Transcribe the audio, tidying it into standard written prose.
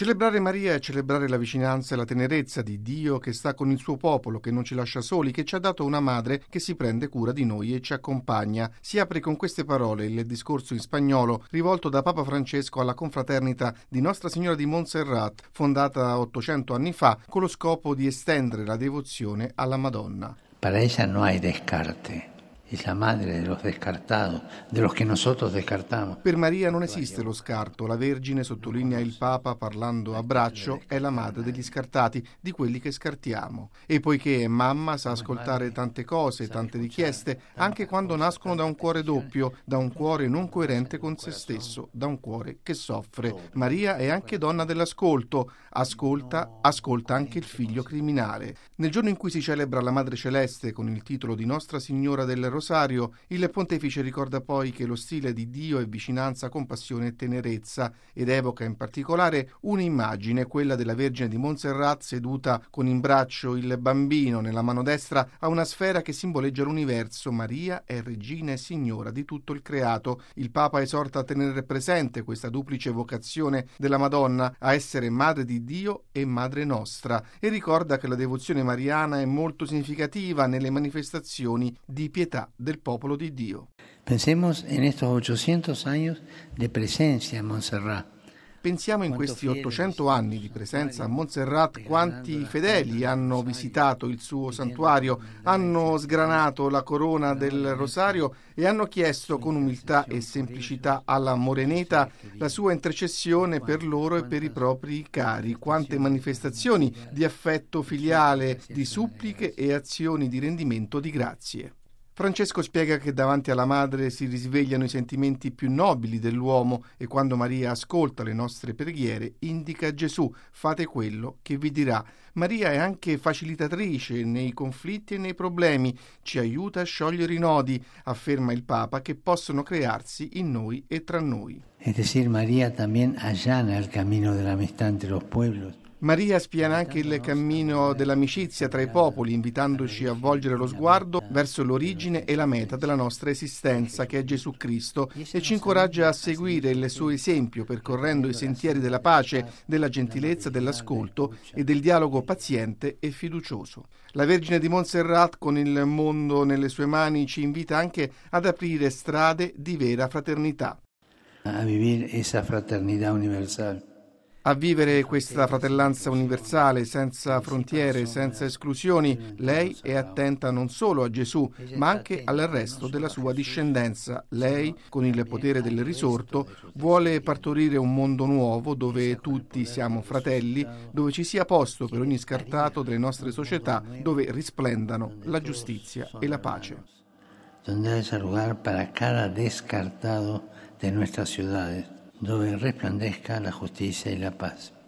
Celebrare Maria è celebrare la vicinanza e la tenerezza di Dio che sta con il suo popolo, che non ci lascia soli, che ci ha dato una madre che si prende cura di noi e ci accompagna. Si apre con queste parole il discorso in spagnolo rivolto da Papa Francesco alla confraternita di Nostra Signora di Montserrat, fondata 800 anni fa con lo scopo di estendere la devozione alla Madonna. Para ella no hay descarte. Es la madre de los descartados, de los que nosotros descartamos. Per Maria non esiste lo scarto. La Vergine, sottolinea il Papa parlando a braccio, è la madre degli scartati, di quelli che scartiamo. E poiché è mamma, sa ascoltare tante cose, tante richieste, anche quando nascono da un cuore doppio, da un cuore non coerente con se stesso, da un cuore che soffre. Maria è anche donna dell'ascolto. Ascolta anche il figlio criminale. Nel giorno in cui si celebra la Madre Celeste con il titolo di Nostra Signora del Rosario, il Pontefice ricorda poi che lo stile di Dio è vicinanza, compassione e tenerezza ed evoca in particolare un'immagine, quella della Vergine di Montserrat seduta con in braccio il bambino, nella mano destra ha una sfera che simboleggia l'universo. Maria è regina e signora di tutto il creato. Il Papa esorta a tenere presente questa duplice vocazione della Madonna, a essere madre di Dio e madre nostra, e ricorda che la devozione mariana è molto significativa nelle manifestazioni di pietà del popolo di Dio. Pensemos en estos 800 años de presencia en Montserrat. Pensiamo in questi 800 anni di presenza a Montserrat quanti fedeli hanno visitato il suo santuario, hanno sgranato la corona del rosario e hanno chiesto con umiltà e semplicità alla Moreneta la sua intercessione per loro e per i propri cari. Quante manifestazioni di affetto filiale, di suppliche e azioni di rendimento di grazie. Francesco spiega che davanti alla madre si risvegliano i sentimenti più nobili dell'uomo e quando Maria ascolta le nostre preghiere indica a Gesù: fate quello che vi dirà. Maria è anche facilitatrice nei conflitti e nei problemi, ci aiuta a sciogliere i nodi, afferma il Papa, che possono crearsi in noi e tra noi. Es decir, María también allana el camino de la amistad entre los pueblos. Maria spiana anche il cammino dell'amicizia tra i popoli, invitandoci a volgere lo sguardo verso l'origine e la meta della nostra esistenza, che è Gesù Cristo, e ci incoraggia a seguire il suo esempio, percorrendo i sentieri della pace, della gentilezza, dell'ascolto e del dialogo paziente e fiducioso. La Vergine di Montserrat, con il mondo nelle sue mani, ci invita anche ad aprire strade di vera fraternità. A vivir esa fraternidad universal. A vivere questa fratellanza universale, senza frontiere, senza esclusioni. Lei è attenta non solo a Gesù, ma anche al resto della sua discendenza. Lei, con il potere del risorto, vuole partorire un mondo nuovo dove tutti siamo fratelli, dove ci sia posto per ogni scartato delle nostre società, dove risplendano la giustizia e la pace. Donde haya lugar para cada descartado de nuestras ciudades, donde resplandezca la justicia y la paz.